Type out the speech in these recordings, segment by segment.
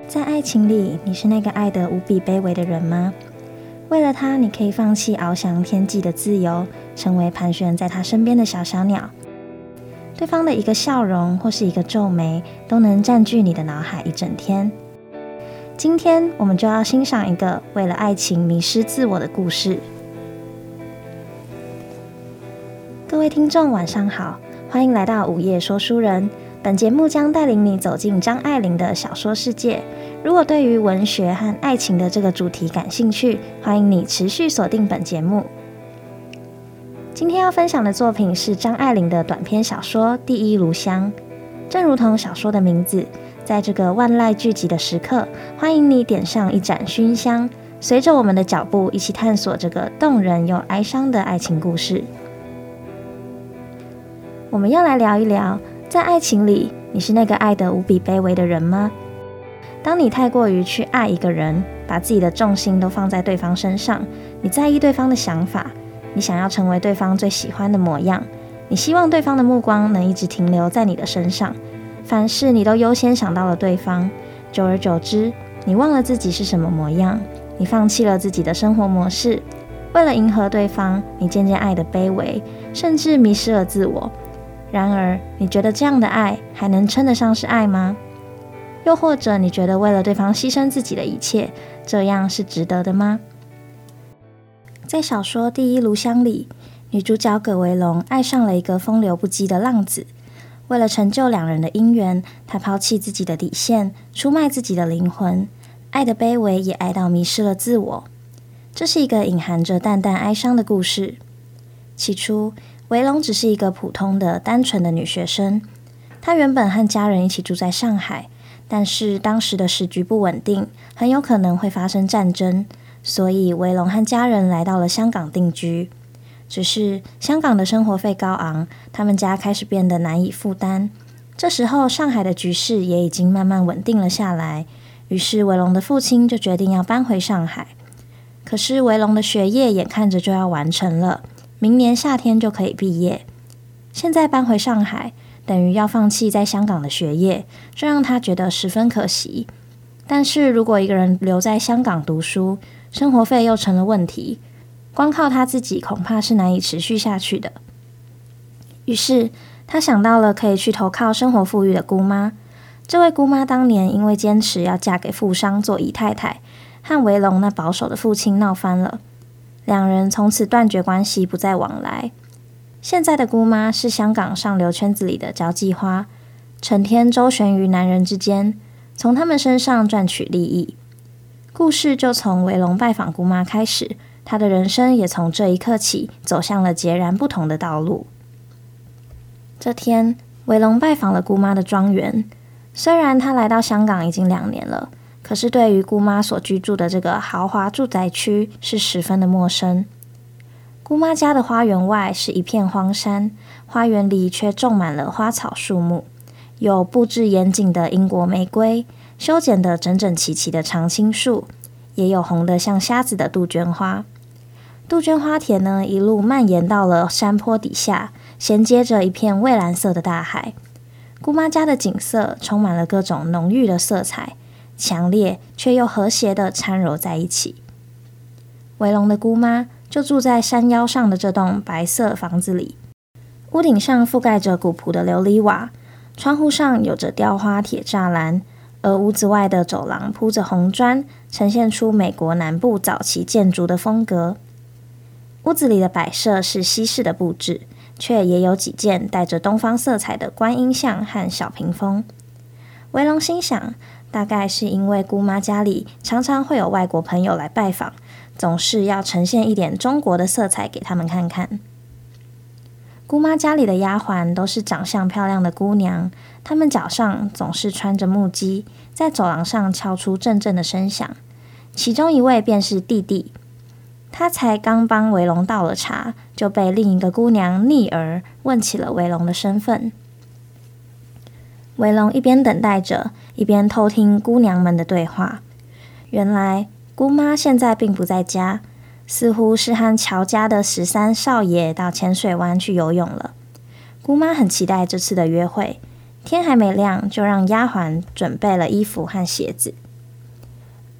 在爱情里，你是那个爱得无比卑微的人吗？为了他，你可以放弃翱翔天际的自由，成为盘旋在他身边的小小鸟。对方的一个笑容或是一个皱眉，都能占据你的脑海一整天。今天我们就要欣赏一个为了爱情迷失自我的故事。各位听众晚上好，欢迎来到午夜说书人。本节目将带领你走进张爱玲的小说世界。如果对于文学和爱情的这个主题感兴趣，欢迎你持续锁定本节目。今天要分享的作品是张爱玲的短篇小说《第一炉香》。正如同小说的名字，在这个万籁俱寂的时刻，欢迎你点上一盏熏香，随着我们的脚步一起探索这个动人又哀伤的爱情故事。我们要来聊一聊，在爱情里，你是那个爱得无比卑微的人吗？当你太过于去爱一个人，把自己的重心都放在对方身上，你在意对方的想法，你想要成为对方最喜欢的模样，你希望对方的目光能一直停留在你的身上，凡事你都优先想到了对方，久而久之，你忘了自己是什么模样，你放弃了自己的生活模式，为了迎合对方，你渐渐爱得卑微，甚至迷失了自我。然而，你觉得这样的爱还能称得上是爱吗？又或者你觉得为了对方牺牲自己的一切，这样是值得的吗？在小说《第一炉香》里，女主角葛维龙爱上了一个风流不羁的浪子，为了成就两人的姻缘，她抛弃自己的底线，出卖自己的灵魂，爱的卑微也爱到迷失了自我。这是一个隐含着淡淡哀伤的故事。起初，维龙只是一个普通的、单纯的女学生。她原本和家人一起住在上海，但是当时的时局不稳定，很有可能会发生战争，所以维龙和家人来到了香港定居。只是香港的生活费高昂，他们家开始变得难以负担。这时候，上海的局势也已经慢慢稳定了下来，于是维龙的父亲就决定要搬回上海。可是维龙的学业眼看着就要完成了，明年夏天就可以毕业。现在搬回上海，等于要放弃在香港的学业，这让他觉得十分可惜。但是如果一个人留在香港读书，生活费又成了问题，光靠他自己恐怕是难以持续下去的。于是他想到了可以去投靠生活富裕的姑妈。这位姑妈当年因为坚持要嫁给富商做姨太太，和维龙那保守的父亲闹翻了，两人从此断绝关系，不再往来。现在的姑妈是香港上流圈子里的交际花，成天周旋于男人之间，从他们身上赚取利益。故事就从维龙拜访姑妈开始，他的人生也从这一刻起走向了截然不同的道路。这天，维龙拜访了姑妈的庄园。虽然他来到香港已经2年了，可是对于姑妈所居住的这个豪华住宅区是十分的陌生。姑妈家的花园外是一片荒山，花园里却种满了花草树木，有布置严谨的英国玫瑰，修剪得整整齐齐的常青树，也有红得像虾子的杜鹃花。杜鹃花田呢，一路蔓延到了山坡底下，衔接着一片蔚蓝色的大海。姑妈家的景色充满了各种浓郁的色彩，强烈却又和谐地掺揉在一起。维龙的姑妈就住在山腰上的这栋白色房子里，屋顶上覆盖着古朴的琉璃瓦，窗户上有着雕花铁栅栏，而屋子外的走廊铺着红砖，呈现出美国南部早期建筑的风格。屋子里的摆设是西式的布置，却也有几件带着东方色彩的观音像和小屏风。维龙心想，大概是因为姑妈家里常常会有外国朋友来拜访，总是要呈现一点中国的色彩给他们看看。姑妈家里的丫鬟都是长相漂亮的姑娘，她们脚上总是穿着木屐，在走廊上敲出阵阵的声响。其中一位便是弟弟，他才刚帮维龙倒了茶，就被另一个姑娘逆儿问起了维龙的身份。维龙一边等待着，一边偷听姑娘们的对话。原来姑妈现在并不在家，似乎是和乔家的13少爷到浅水湾去游泳了。姑妈很期待这次的约会，天还没亮就让丫鬟准备了衣服和鞋子。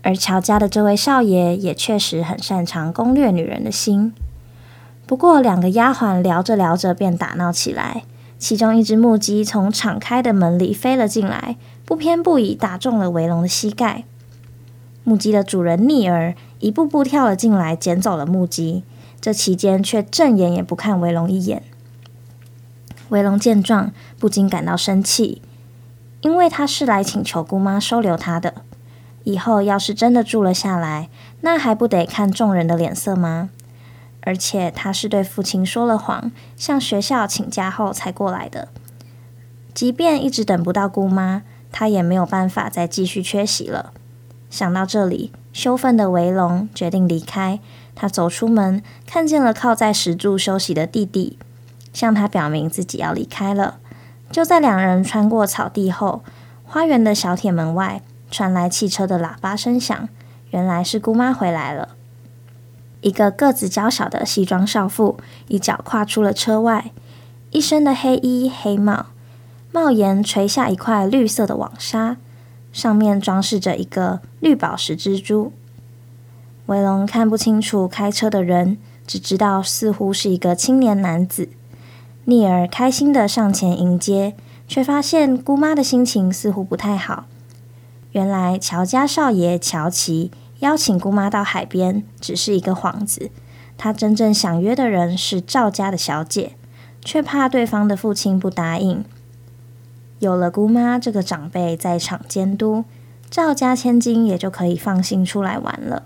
而乔家的这位少爷也确实很擅长攻略女人的心。不过2个丫鬟聊着聊着便打闹起来，其中一只木鸡从敞开的门里飞了进来，不偏不倚打中了维龙的膝盖。木鸡的主人逆儿一步步跳了进来，捡走了木鸡，这期间却正眼也不看维龙一眼。维龙见状不禁感到生气，因为他是来请求姑妈收留他的，以后要是真的住了下来，那还不得看众人的脸色吗？而且他是对父亲说了谎，向学校请假后才过来的。即便一直等不到姑妈，他也没有办法再继续缺席了。想到这里，羞愤的维龙决定离开。他走出门，看见了靠在石柱休息的弟弟，向他表明自己要离开了。就在2人穿过草地后，花园的小铁门外传来汽车的喇叭声响，原来是姑妈回来了。一个个子娇小的西装少妇一脚跨出了车外，一身的黑衣黑帽，帽檐垂下一块绿色的网纱，上面装饰着一个绿宝石蜘蛛。维龙看不清楚开车的人，只知道似乎是一个青年男子。逆儿开心地上前迎接，却发现姑妈的心情似乎不太好。原来乔家少爷乔琪邀请姑妈到海边只是一个幌子，他真正想约的人是赵家的小姐，却怕对方的父亲不答应。有了姑妈这个长辈在场监督，赵家千金也就可以放心出来玩了。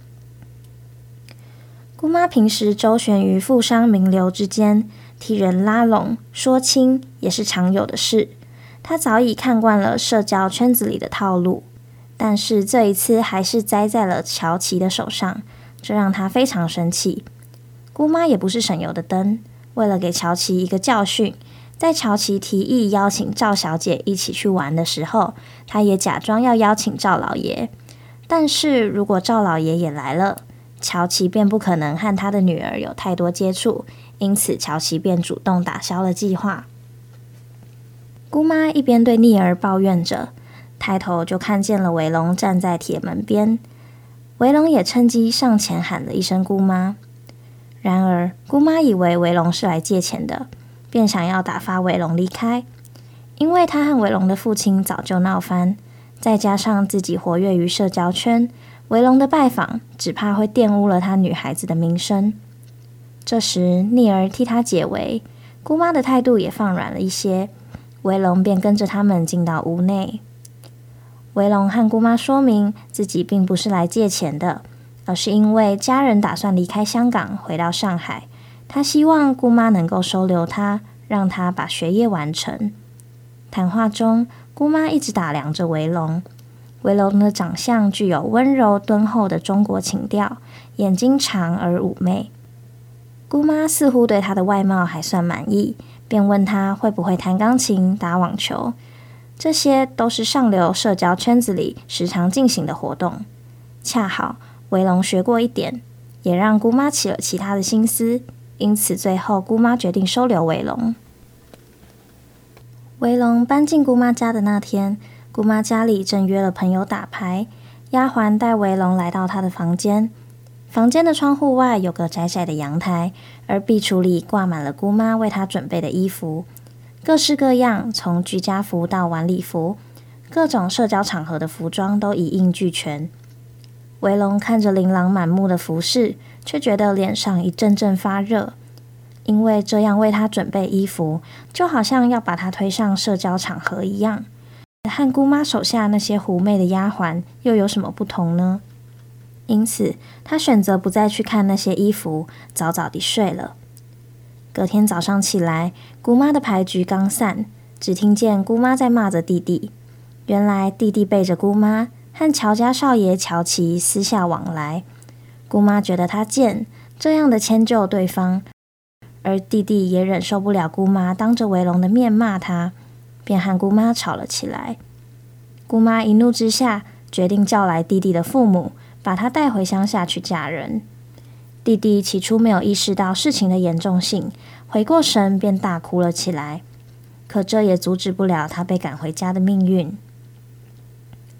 姑妈平时周旋于富商名流之间，替人拉拢说亲也是常有的事。她早已看惯了社交圈子里的套路，但是这一次还是栽在了乔琪的手上，这让她非常生气。姑妈也不是省油的灯，为了给乔琪一个教训，在乔琪提议邀请赵小姐一起去玩的时候，她也假装要邀请赵老爷。但是如果赵老爷也来了，乔琪便不可能和他的女儿有太多接触，因此乔琪便主动打消了计划。姑妈一边对逆儿抱怨着，抬头就看见了维龙站在铁门边。维龙也趁机上前喊了一声姑妈。然而姑妈以为维龙是来借钱的，便想要打发维龙离开。因为他和维龙的父亲早就闹翻，再加上自己活跃于社交圈，维龙的拜访只怕会玷污了他女孩子的名声。这时逆儿替他解围，姑妈的态度也放软了一些，维龙便跟着他们进到屋内。维龙和姑妈说明自己并不是来借钱的，而是因为家人打算离开香港回到上海，他希望姑妈能够收留他，让他把学业完成。谈话中，姑妈一直打量着维龙。维龙的长相具有温柔敦厚的中国情调，眼睛长而妩媚。姑妈似乎对他的外貌还算满意，便问他会不会弹钢琴、打网球，这些都是上流社交圈子里时常进行的活动。恰好维龙学过一点，也让姑妈起了其他的心思，因此最后姑妈决定收留维龙。维龙搬进姑妈家的那天，姑妈家里正约了朋友打牌，丫鬟带维龙来到她的房间。房间的窗户外有个窄窄的阳台，而壁橱里挂满了姑妈为她准备的衣服，各式各样，从居家服到晚礼服，各种社交场合的服装都一应俱全。维龙看着琳琅满目的服饰，却觉得脸上一阵阵发热，因为这样为她准备衣服，就好像要把她推上社交场合一样。和姑妈手下那些狐媚的丫鬟又有什么不同呢？因此她选择不再去看那些衣服，早早地睡了。隔天早上起来，姑妈的牌局刚散，只听见姑妈在骂着弟弟。原来弟弟背着姑妈和乔家少爷乔琪私下往来，姑妈觉得他贱，这样的迁就对方，而弟弟也忍受不了姑妈当着维龙的面骂他，便和姑妈吵了起来。姑妈一怒之下，决定叫来弟弟的父母，把他带回乡下去嫁人。弟弟起初没有意识到事情的严重性，回过神便大哭了起来。可这也阻止不了他被赶回家的命运。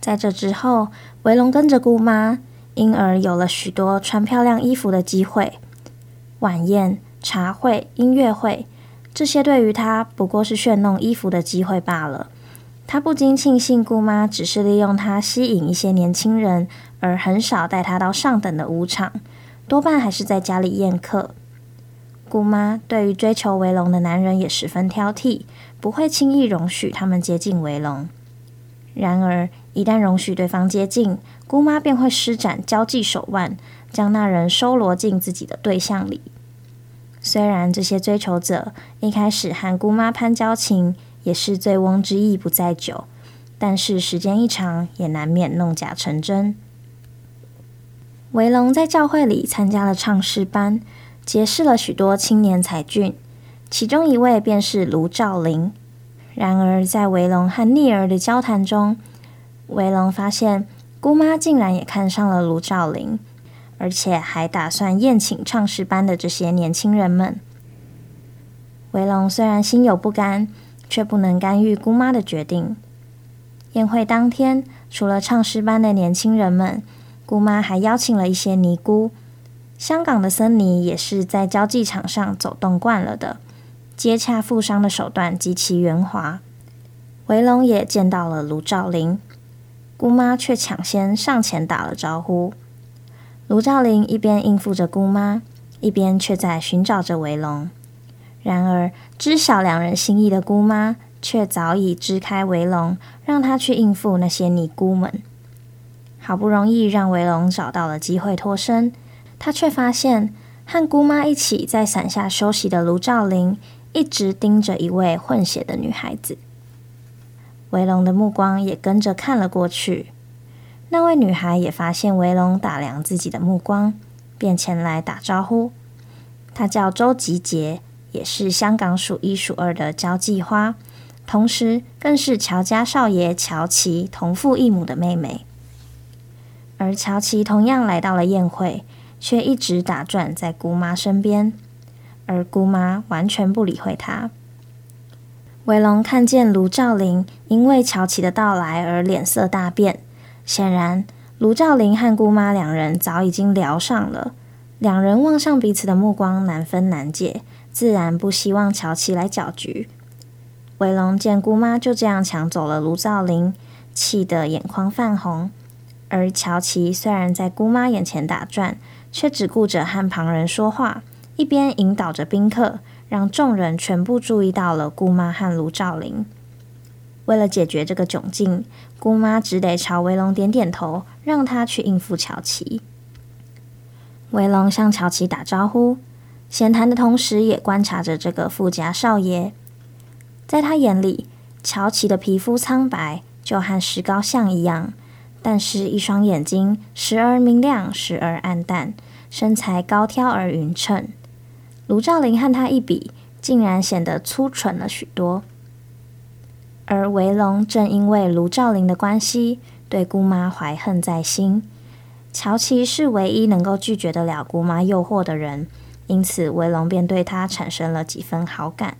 在这之后，维龙跟着姑妈，因而有了许多穿漂亮衣服的机会。晚宴、茶会、音乐会，这些对于他不过是炫弄衣服的机会罢了。他不禁庆幸姑妈只是利用他吸引一些年轻人，而很少带他到上等的舞场，多半还是在家里宴客。姑妈对于追求维龙的男人也十分挑剔，不会轻易容许他们接近维龙。然而，一旦容许对方接近，姑妈便会施展交际手腕，将那人收罗进自己的对象里。虽然这些追求者一开始和姑妈攀交情，也是醉翁之意不在酒，但是时间一长，也难免弄假成真。维龙在教会里参加了唱诗班，结识了许多青年才俊，其中一位便是卢照邻。然而在维龙和逆儿的交谈中，维龙发现姑妈竟然也看上了卢照邻，而且还打算宴请唱诗班的这些年轻人们。维龙虽然心有不甘，却不能干预姑妈的决定。宴会当天，除了唱诗班的年轻人们，姑妈还邀请了一些尼姑。香港的僧尼也是在交际场上走动惯了的，接洽富商的手段极其圆滑。维龙也见到了卢照邻，姑妈却抢先上前打了招呼。卢照邻一边应付着姑妈，一边却在寻找着维龙。然而知晓两人心意的姑妈却早已支开维龙，让他去应付那些尼姑们。好不容易让维龙找到了机会脱身，他却发现和姑妈一起在伞下休息的卢照邻一直盯着一位混血的女孩子。维龙的目光也跟着看了过去，那位女孩也发现维龙打量自己的目光，便前来打招呼。她叫周吉杰，也是香港数一数二的交际花，同时更是乔家少爷乔琪同父异母的妹妹。而乔琪同样来到了宴会，却一直打转在姑妈身边，而姑妈完全不理会他。维龙看见卢照邻因为乔琪的到来而脸色大变，显然卢照邻和姑妈两人早已经聊上了，两人望向彼此的目光难分难解，自然不希望乔琪来搅局。维龙见姑妈就这样抢走了卢照邻，气得眼眶泛红，而乔琪虽然在姑妈眼前打转，却只顾着和旁人说话，一边引导着宾客，让众人全部注意到了姑妈和卢照邻。为了解决这个窘境，姑妈只得朝维龙点点头，让他去应付乔琪。维龙向乔琪打招呼，闲谈的同时也观察着这个富家少爷。在他眼里，乔琪的皮肤苍白，就和石膏像一样，但是一双眼睛时而明亮，时而暗淡，身材高挑而匀称。卢照邻和他一比，竟然显得粗蠢了许多。而维龙正因为卢照邻的关系，对姑妈怀恨在心。乔琪是唯一能够拒绝得了姑妈诱惑的人，因此维龙便对他产生了几分好感。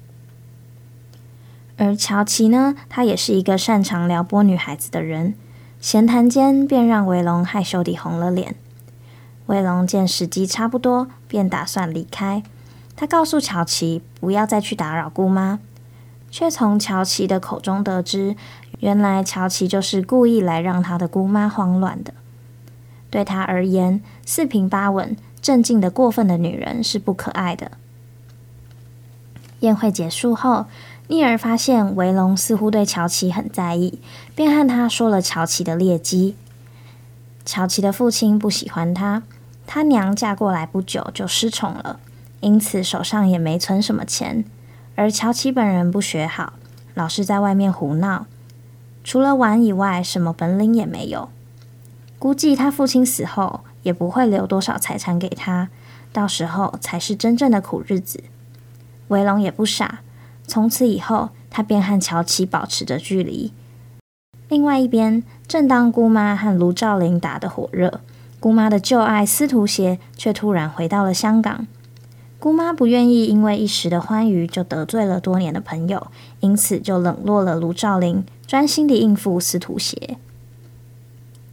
而乔琪呢，他也是一个擅长撩拨女孩子的人，闲谈间便让维龙害羞地红了脸。维龙见时机差不多，便打算离开。他告诉乔琪不要再去打扰姑妈，却从乔琪的口中得知，原来乔琪就是故意来让他的姑妈慌乱的。对他而言，四平八稳、镇静的过分的女人是不可爱的。宴会结束后，逆儿发现维龙似乎对乔琪很在意，便和他说了乔琪的劣迹。乔琪的父亲不喜欢他，他娘嫁过来不久就失宠了，因此手上也没存什么钱。而乔琪本人不学好，老是在外面胡闹，除了玩以外，什么本领也没有。估计他父亲死后也不会留多少财产给他，到时候才是真正的苦日子。维龙也不傻，从此以后他便和乔琪保持着距离。另外一边，正当姑妈和卢照邻打得火热，姑妈的旧爱司徒协却突然回到了香港。姑妈不愿意因为一时的欢愉就得罪了多年的朋友，因此就冷落了卢照邻，专心地应付司徒协。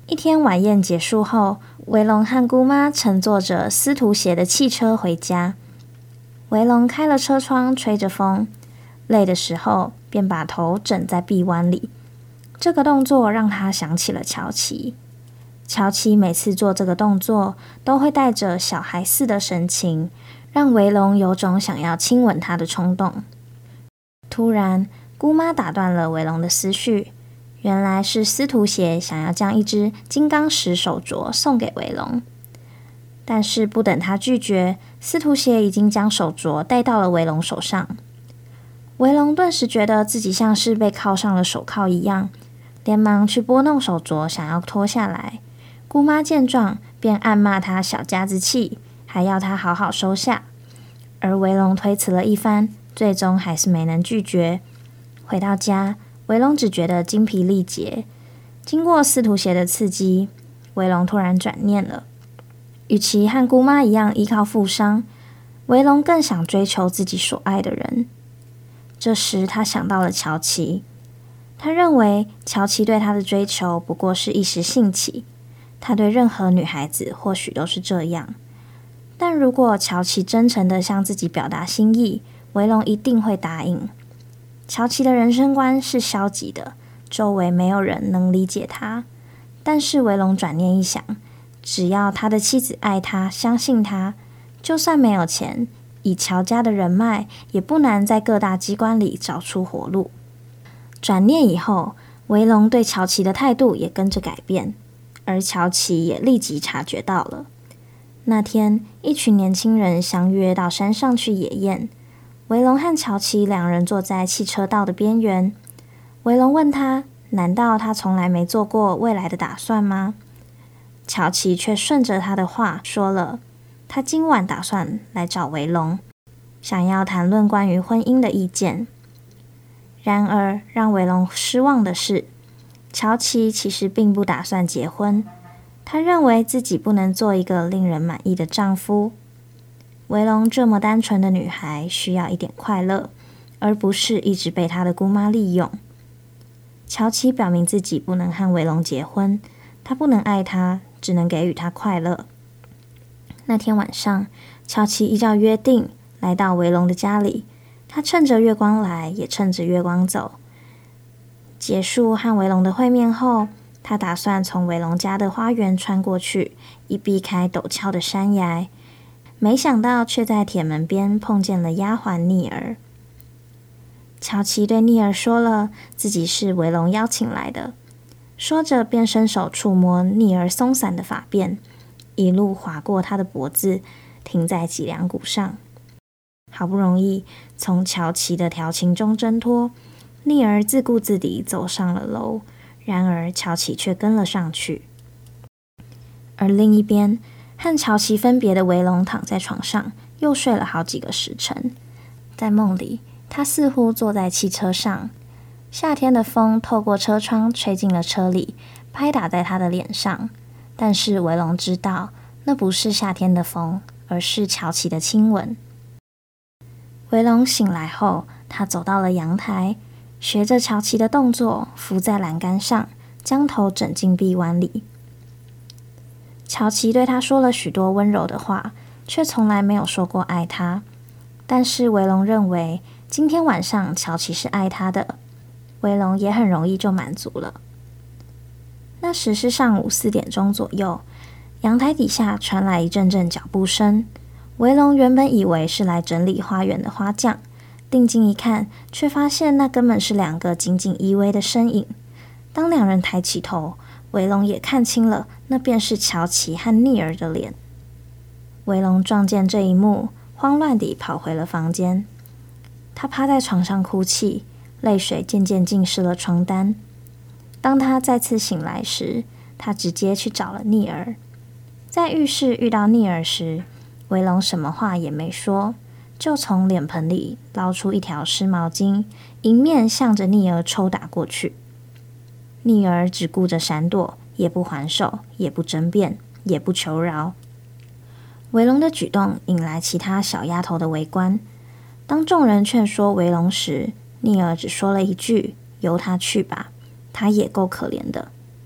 一天晚宴结束后，维龙和姑妈乘坐着司徒协的汽车回家。维龙开了车窗，吹着风，累的时候便把头枕在臂弯里。这个动作让他想起了乔琪。乔琪每次做这个动作，都会带着小孩似的神情，让维龙有种想要亲吻他的冲动。突然，姑妈打断了维龙的思绪。原来是司徒协想要将一只金刚石手镯送给维龙，但是不等他拒绝，司徒协已经将手镯戴到了维龙手上。维龙顿时觉得自己像是被铐上了手铐一样，连忙去拨弄手镯，想要脱下来。姑妈见状，便暗骂他小家子气，还要他好好收下。而维龙推辞了一番，最终还是没能拒绝。回到家，维龙只觉得精疲力竭。经过司徒协的刺激，维龙突然转念了。与其和姑妈一样依靠富商，维龙更想追求自己所爱的人。这时他想到了乔琪，他认为乔琪对他的追求不过是一时兴起，他对任何女孩子或许都是这样。但如果乔琪真诚地向自己表达心意，维龙一定会答应。乔琪的人生观是消极的，周围没有人能理解他。但是维龙转念一想，只要他的妻子爱他，相信他，就算没有钱，以乔家的人脉，也不难在各大机关里找出活路。转念以后，维龙对乔琪的态度也跟着改变，而乔琪也立即察觉到了。那天，一群年轻人相约到山上去野宴。维龙和乔琪两人坐在汽车道的边缘。维龙问他，难道他从来没做过未来的打算吗？乔琪却顺着他的话说了，他今晚打算来找维龙，想要谈论关于婚姻的意见。然而，让维龙失望的是，乔琪其实并不打算结婚，他认为自己不能做一个令人满意的丈夫。维龙这么单纯的女孩需要一点快乐，而不是一直被她的姑妈利用。乔琪表明自己不能和维龙结婚，他不能爱他，只能给予他快乐。那天晚上，乔琪依照约定来到维龙的家里，他趁着月光来，也趁着月光走。结束和维龙的会面后，他打算从维龙家的花园穿过去，以避开陡峭的山崖。没想到却在铁门边碰见了丫鬟妮儿。乔琪对妮儿说了自己是维龙邀请来的，说着便伸手触摸妮儿松散的发辫，一路划过她的脖子，停在脊梁骨上。好不容易从乔琪的调情中挣脱，妮儿自顾自地走上了楼，然而乔琪却跟了上去。而另一边，和乔琪分别的维龙躺在床上，又睡了好几个时辰。在梦里，他似乎坐在汽车上，夏天的风透过车窗吹进了车里，拍打在他的脸上。但是维龙知道，那不是夏天的风，而是乔琪的亲吻。维龙醒来后，他走到了阳台，学着乔琪的动作，伏在栏杆上，将头枕进臂弯里。乔琪对他说了许多温柔的话，却从来没有说过爱他。但是维龙认为，今天晚上乔琪是爱他的，维龙也很容易就满足了。那时是上午4点钟左右，阳台底下传来一阵阵脚步声。维龙原本以为是来整理花园的花匠，定睛一看，却发现那根本是2个紧紧依偎的身影。当2人抬起头，维龙也看清了，那便是乔琪和妮儿的脸。维龙撞见这一幕，慌乱地跑回了房间。他趴在床上哭泣，泪水渐渐浸湿了床单。当他再次醒来时，他直接去找了妮儿。在浴室遇到妮儿时，维龙什么话也没说，就从脸盆里捞出一条湿毛巾，迎面向着妮儿抽打过去。妮儿只顾着闪躲，也不还手，也不争辩，也不求饶。维龙的举动引来其他小丫头的围观。当众人劝说维龙时，妮儿只说了一句：由他去吧，他也够可怜的。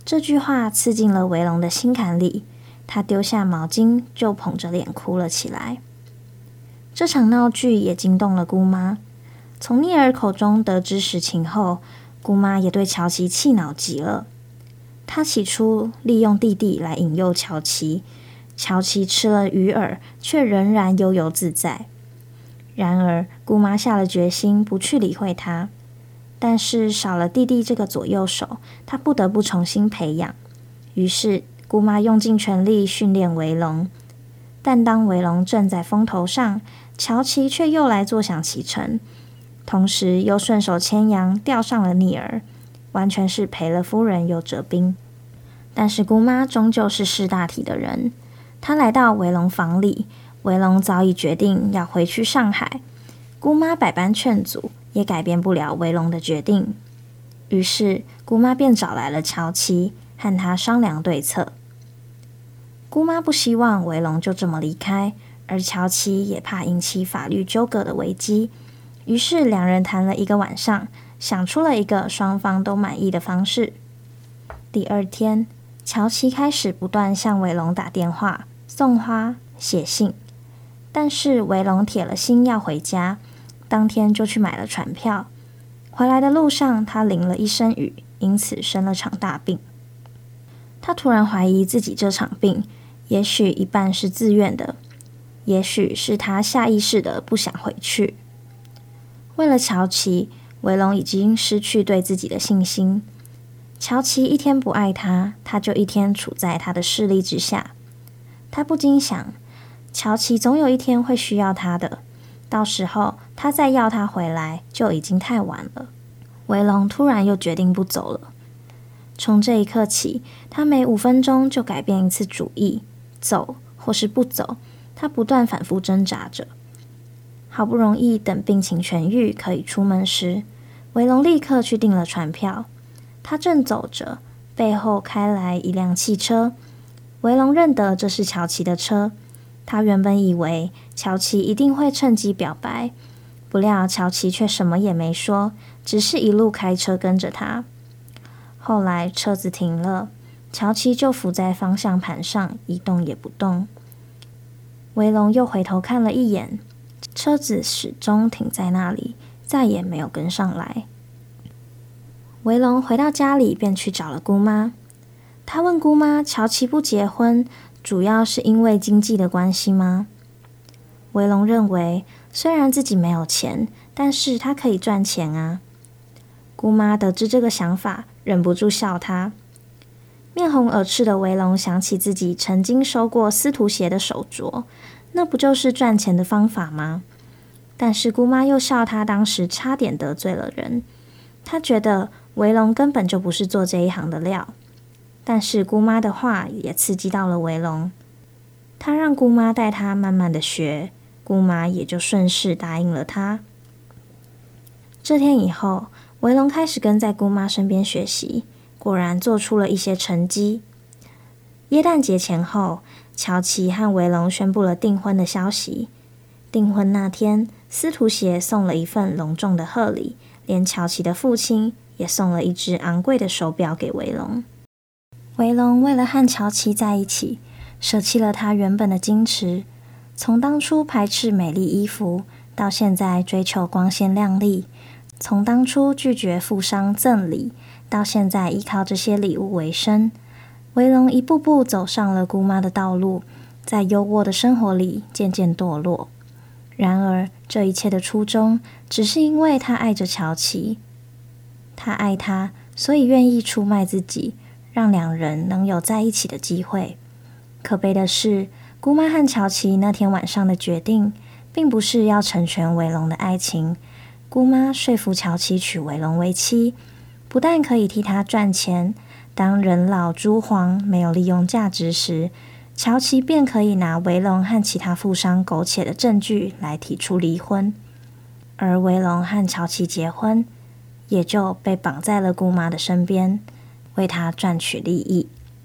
这句话刺进了维龙的心坎里，他丢下毛巾，就捧着脸哭了起来。这场闹剧也惊动了姑妈。从聂儿口中得知实情后，姑妈也对乔琪气恼极了。她起初利用弟弟来引诱乔琪，乔琪吃了鱼饵，却仍然悠游自在。然而，姑妈下了决心，不去理会他。但是少了弟弟这个左右手，她不得不重新培养。于是，姑妈用尽全力训练维龙。但当维龙正在风头上，乔琪却又来坐享其成，同时又顺手牵羊钓上了逆儿，完全是赔了夫人又折兵。但是姑妈终究是识大体的人，她来到维龙房里，维龙早已决定要回去上海，姑妈百般劝阻，也改变不了维龙的决定。于是姑妈便找来了乔琪，和他商量对策。姑妈不希望维龙就这么离开，而乔琪也怕引起法律纠葛的危机，于是两人谈了一个晚上，想出了一个双方都满意的方式。第二天，乔琪开始不断向维龙打电话、送花、写信，但是维龙铁了心要回家，当天就去买了船票。回来的路上，他淋了一身雨，因此生了场大病。他突然怀疑自己这场病，也许一半是自愿的，也许是他下意识的不想回去。为了乔琪，维龙已经失去对自己的信心。乔琪一天不爱他，他就一天处在他的势力之下。他不禁想，乔琪总有一天会需要他的，到时候他再要他回来，就已经太晚了。维龙突然又决定不走了。从这一刻起，他每5分钟就改变一次主意，走或是不走，他不断反复挣扎着。好不容易等病情痊愈可以出门时，维龙立刻去订了船票。他正走着，背后开来一辆汽车。维龙认得这是乔琪的车，他原本以为乔琪一定会趁机表白，不料乔琪却什么也没说，只是一路开车跟着他。后来车子停了，乔琪就伏在方向盘上，一动也不动。维龙又回头看了一眼，车子始终停在那里，再也没有跟上来。维龙回到家里，便去找了姑妈。他问姑妈，乔琪不结婚，主要是因为经济的关系吗？维龙认为，虽然自己没有钱，但是他可以赚钱啊。姑妈得知这个想法，忍不住笑他。面红耳赤的维龙想起自己曾经收过司徒鞋的手镯，那不就是赚钱的方法吗？但是姑妈又笑他当时差点得罪了人。他觉得维龙根本就不是做这一行的料。但是姑妈的话也刺激到了维龙，他让姑妈带他慢慢的学，姑妈也就顺势答应了他。这天以后，维龙开始跟在姑妈身边学习，果然做出了一些成绩。耶诞节前后，乔琪和维龙宣布了订婚的消息。订婚那天，司徒协送了一份隆重的贺礼，连乔琪的父亲也送了一只昂贵的手表给维龙。维龙为了和乔琪在一起，舍弃了他原本的矜持，从当初排斥美丽衣服，到现在追求光鲜亮丽，从当初拒绝富商赠礼，到现在依靠这些礼物为生。维龙一步步走上了姑妈的道路，在优渥的生活里渐渐堕落。然而，这一切的初衷，只是因为他爱着乔琪。他爱她，所以愿意出卖自己，让两人能有在一起的机会。可悲的是，姑妈和乔琪那天晚上的决定，并不是要成全维龙的爱情。姑妈说服乔琪娶维龙为妻，不但可以替他赚钱，当人老珠黄没有利用价值时，乔琪便可以拿维龙和其他富商苟且的证据来提出离婚。而维龙和乔琪结婚，也就被绑在了姑妈的身边，为他赚取利益。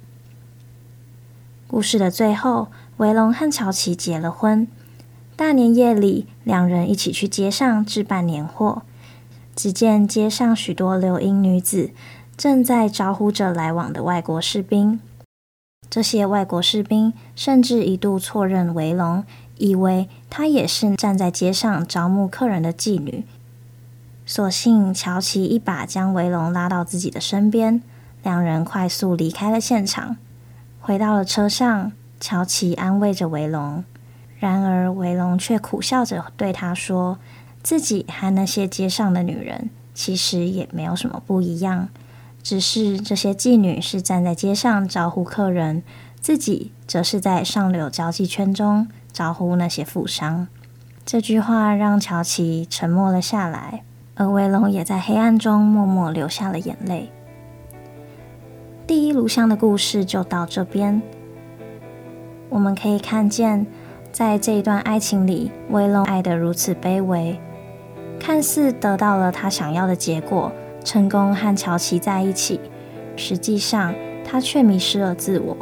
故事的最后，维龙和乔琪结了婚。大年夜里，两人一起去街上置办年货。只见街上许多流英女子正在招呼着来往的外国士兵。这些外国士兵甚至一度错认维龙，以为她也是站在街上招募客人的妓女。所幸乔奇一把将维龙拉到自己的身边，两人快速离开了现场。回到了车上，乔奇安慰着维龙，然而维龙却苦笑着对他说，自己和那些街上的女人其实也没有什么不一样，只是这些妓女是站在街上招呼客人，自己则是在上流交际圈中招呼那些富商。这句话让乔奇沉默了下来，而维龙也在黑暗中默默流下了眼泪。第一炉香的故事就到这边。我们可以看见，在这一段爱情里，维龙爱得如此卑微，看似得到了他想要的结果，成功和乔奇在一起，实际上他却迷失了自我。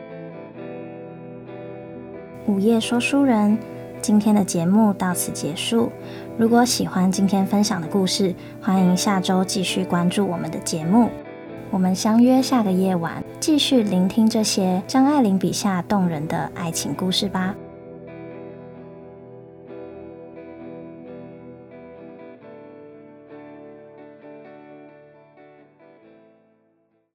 午夜说书人，今天的节目到此结束。如果喜欢今天分享的故事，欢迎下周继续关注我们的节目。我们相约下个夜晚，继续聆听这些张爱玲笔下动人的爱情故事吧。